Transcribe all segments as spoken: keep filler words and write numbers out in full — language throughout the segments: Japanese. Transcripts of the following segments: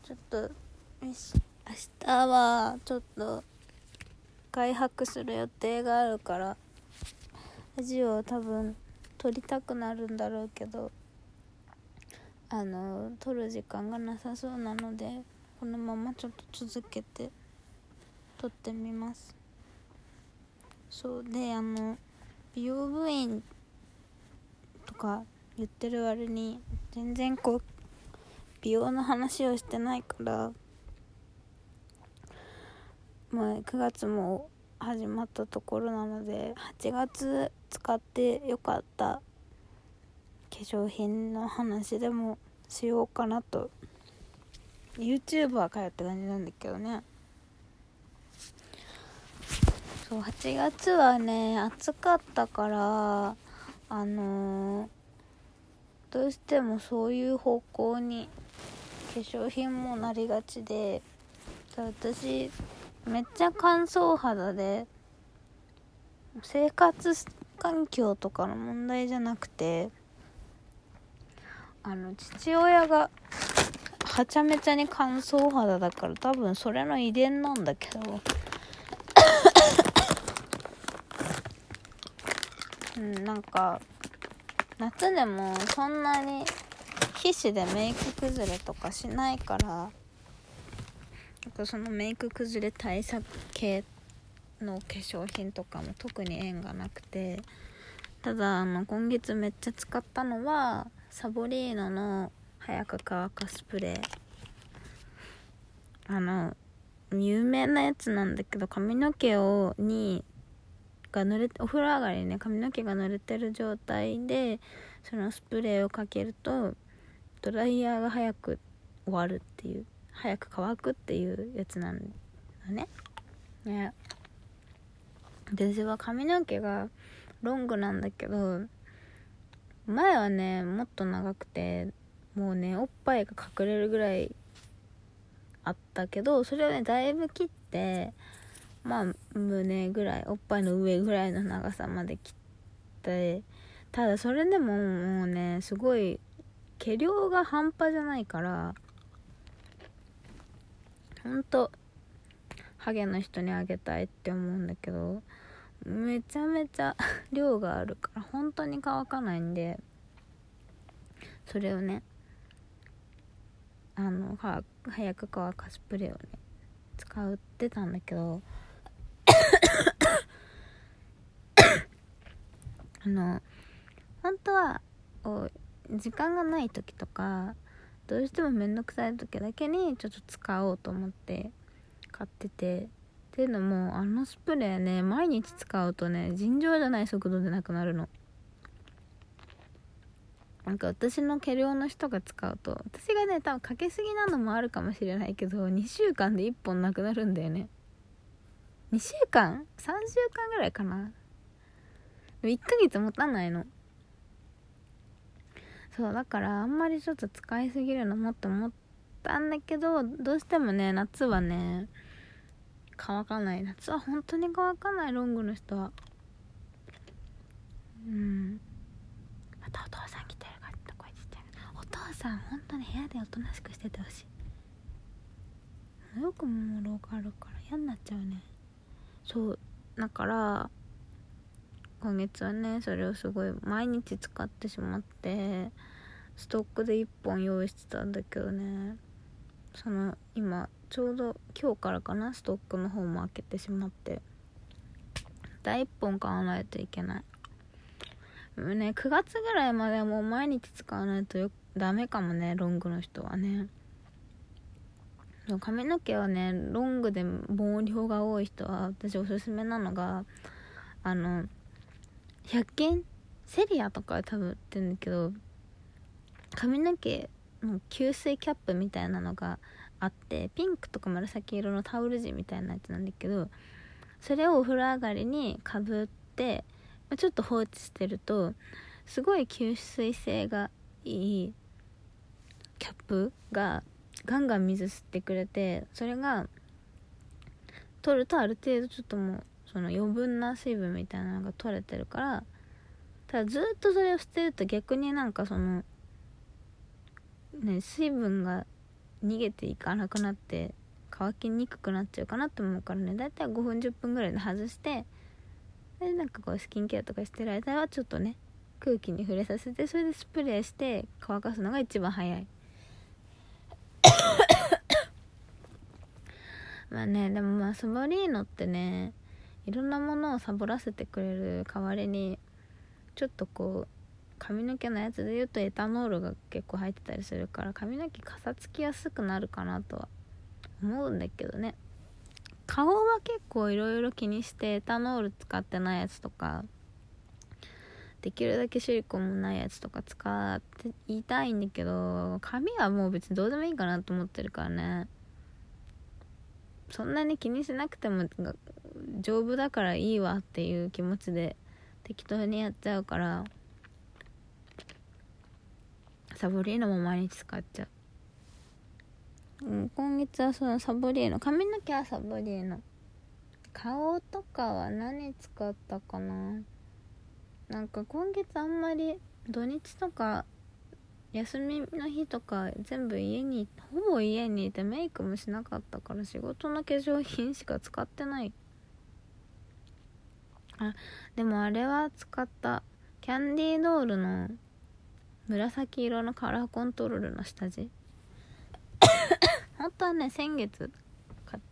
ちょっとよし明日はちょっと外泊する予定があるからラジオを多分撮りたくなるんだろうけどあの撮る時間がなさそうなのでこのままちょっと続けて撮ってみます。そうであの美容部員とか言ってる割に全然こう美容の話をしてないからまあくがつも始まったところなのではちがつ使ってよかった化粧品の話でもしようかなと。 YouTuber かよって感じなんだけどね。そうはちがつはね暑かったからあのー、どうしてもそういう方向に化粧品もなりがちで、私めっちゃ乾燥肌で生活環境とかの問題じゃなくてあの父親がはちゃめちゃに乾燥肌だから多分それの遺伝なんだけどうんなんか夏でもそんなに皮脂でメイク崩れとかしないからなんかそのメイク崩れ対策系の化粧品とかも特に縁がなくて、ただあの今月めっちゃ使ったのはサボリーノの早く乾かスプレー、あの有名なやつなんだけど髪の毛をにが濡れてお風呂上がりにね髪の毛が濡れてる状態でそのスプレーをかけるとドライヤーが早く終わるっていう早く乾くっていうやつなんだね。ね私は髪の毛がロングなんだけど前はねもっと長くてもうねおっぱいが隠れるぐらいあったけどそれをねだいぶ切ってまあ胸ぐらいおっぱいの上ぐらいの長さまで切ってただそれでももうねすごい毛量が半端じゃないからほんとハゲの人にあげたいって思うんだけどめちゃめちゃ量があるから本当に乾かないんでそれをねあのは早く乾かすスプレーをね使ってたんだけどあの本当は時間がない時とかどうしてもめんどくさい時だけにちょっと使おうと思って買っててっていうのもあのスプレーね毎日使うとね尋常じゃない速度でなくなるの。なんか私の毛量の人が使うと私がね多分かけすぎなのもあるかもしれないけどにしゅうかんでいっぽんなくなるんだよね。にしゅうかん ?さんしゅうかんぐらいかな。いっかげつ持たないの。そうだからあんまりちょっと使いすぎるのもっと思ったんだけどどうしてもね夏はね乾かない夏は本当に乾かないロングの人はうんまたお父さん来てるからって声ちっちゃいお父さん本当に部屋でおとなしくしててほしい。よくも廊下あるから嫌になっちゃうね。そうだから今月はねそれをすごい毎日使ってしまってストックでいっぽん用意してたんだけどねその今ちょうど今日からかなストックの方も開けてしまってだいいっぽん買わないといけない。ねくがつぐらいまではもう毎日使わないとよダメかもねロングの人はね。髪の毛はねロングで毛量が多い人は私おすすめなのがあのひゃっけんセリアとか多分売ってるんだけど髪の毛の吸水キャップみたいなのがあってピンクとか紫色のタオル地みたいなやつなんだけどそれをお風呂上がりにかぶってちょっと放置してるとすごい吸水性がいいキャップがガンガン水吸ってくれてそれが取るとある程度ちょっともうその余分な水分みたいなのが取れてるからただずっとそれを捨てると逆になんかそのね水分が逃げていかなくなって乾きにくくなっちゃうかなと思うからね、だいたいごふんじゅっぷんぐらいで外して、でなんかこうスキンケアとかしてる間はちょっとね空気に触れさせて、それでスプレーして乾かすのが一番早いまあね、でもまあサボリーノってね、いろんなものをサボらせてくれる代わりにちょっとこう髪の毛のやつで言うとエタノールが結構入ってたりするから髪の毛かさつきやすくなるかなとは思うんだけどね。顔は結構いろいろ気にしてエタノール使ってないやつとか、できるだけシリコンもないやつとか使っていたいんだけど、髪はもう別にどうでもいいかなと思ってるからね、そんなに気にしなくても丈夫だからいいわっていう気持ちで適当にやっちゃうから、サボリーノも毎日使っちゃう。うん、今月はそのサボリーノ、髪の毛はサボリーノ、顔とかは何使ったかな。なんか今月あんまり土日とか休みの日とか全部家にほぼ家にいてメイクもしなかったから仕事の化粧品しか使ってない。あ、でもあれは使った。キャンディードールの紫色のカラーコントロールの下地本当はね先月買って、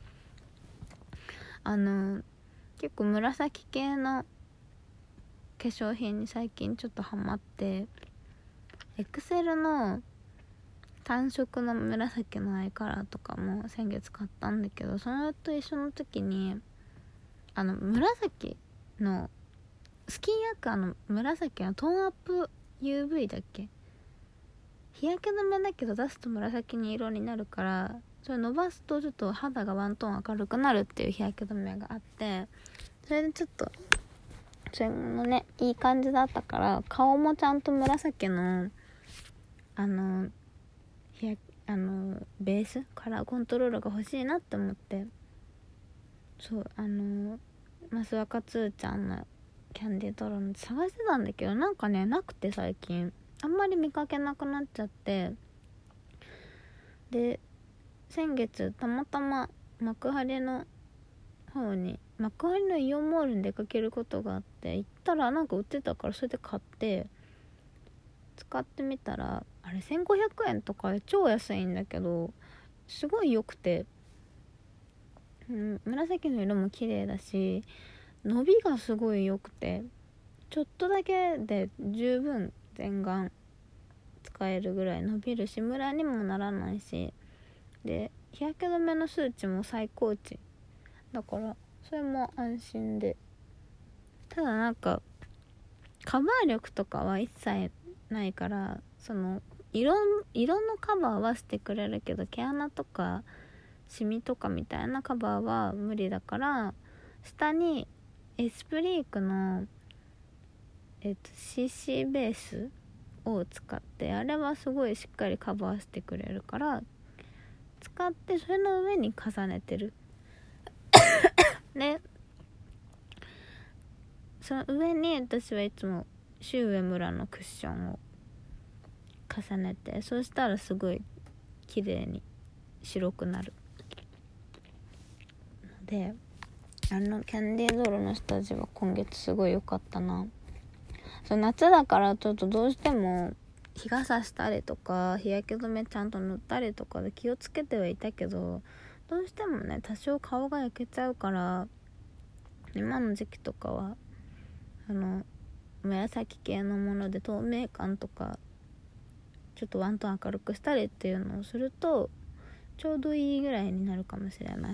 あの結構紫系の化粧品に最近ちょっとハマって、エクセルの単色の紫のアイカラーとかも先月買ったんだけど、そのと一緒の時にあの紫のスキンアクアの紫のトーンアップ ユーブイ だっけ、日焼け止めだけど出すと紫色になるから、それ伸ばすとちょっと肌がワントーン明るくなるっていう日焼け止めがあって、それでちょっとそれのねいい感じだったから、顔もちゃんと紫のあの日焼けあのベースカラーコントロールが欲しいなって思って、そうあのマスワカツーちゃんのキャンディードローン探してたんだけど、なんかねなくて、最近あんまり見かけなくなっちゃって、で先月たまたま幕張の方に幕張のイオンモールに出かけることがあって、行ったらなんか売ってたから、それで買って使ってみたら、あれせんごひゃくえんとかで超安いんだけどすごい良くて、うん、紫の色も綺麗だし伸びがすごい良くて、ちょっとだけで十分全顔使えるぐらい伸びるし、ムラにもならないし、で日焼け止めの数値も最高値だからそれも安心で、ただなんかカバー力とかは一切ないから、その色色のカバーはしてくれるけど毛穴とかシミとかみたいなカバーは無理だから、下にエスプリークのえっと シーシー ベースを使って、あれはすごいしっかりカバーしてくれるから使って、それの上に重ねてるでその上に私はいつもシュウエムラのクッションを重ねて、そうしたらすごい綺麗に白くなるので、あのキャンディードールの下地は今月すごい良かったな。そう夏だからちょっとどうしても日傘したりとか日焼け止めちゃんと塗ったりとかで気をつけてはいたけど、どうしてもね多少顔が焼けちゃうから、今の時期とかはあの紫系のもので透明感とかちょっとワントーン明るくしたりっていうのをするとちょうどいいぐらいになるかもしれない。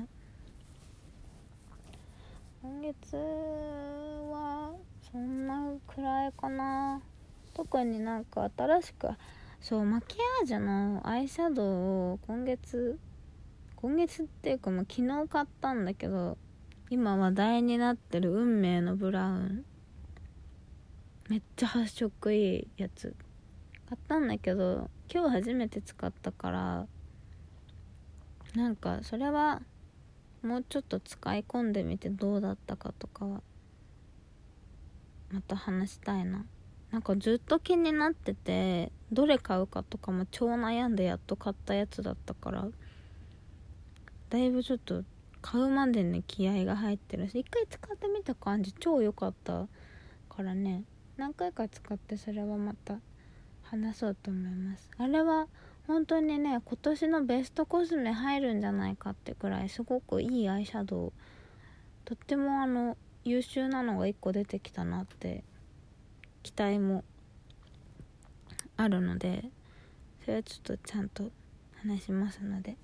今月はそんなくらいかな。特になんか新しく、そうマキアージュのアイシャドウを今月今月っていうかもう昨日買ったんだけど、今話題になってる運命のブラウン、めっちゃ発色いいやつ買ったんだけど、今日初めて使ったから、なんかそれはもうちょっと使い込んでみてどうだったかとかはまた話したいな。なんかずっと気になってて、 どれ買うかとかも超悩んでやっと買ったやつだったから、だいぶちょっと買うまでに気合が入ってるし、一回使ってみた感じ超良かったからね、何回か使ってそれはまた話そうと思います。あれは本当にね、今年のベストコスメ入るんじゃないかってくらいすごくいいアイシャドウ、とってもあの優秀なのがいっこ出てきたなって期待もあるので、それはちょっとちゃんと話しますので、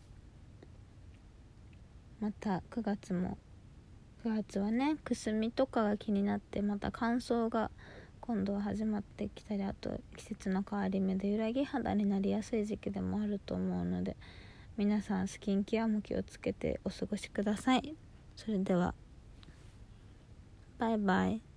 またくがつもくがつはね、くすみとかが気になって、また乾燥が今度は始まってきたり、あと季節の変わり目で揺らぎ肌になりやすい時期でもあると思うので、皆さんスキンケアも気をつけてお過ごしください。それではバイバイ。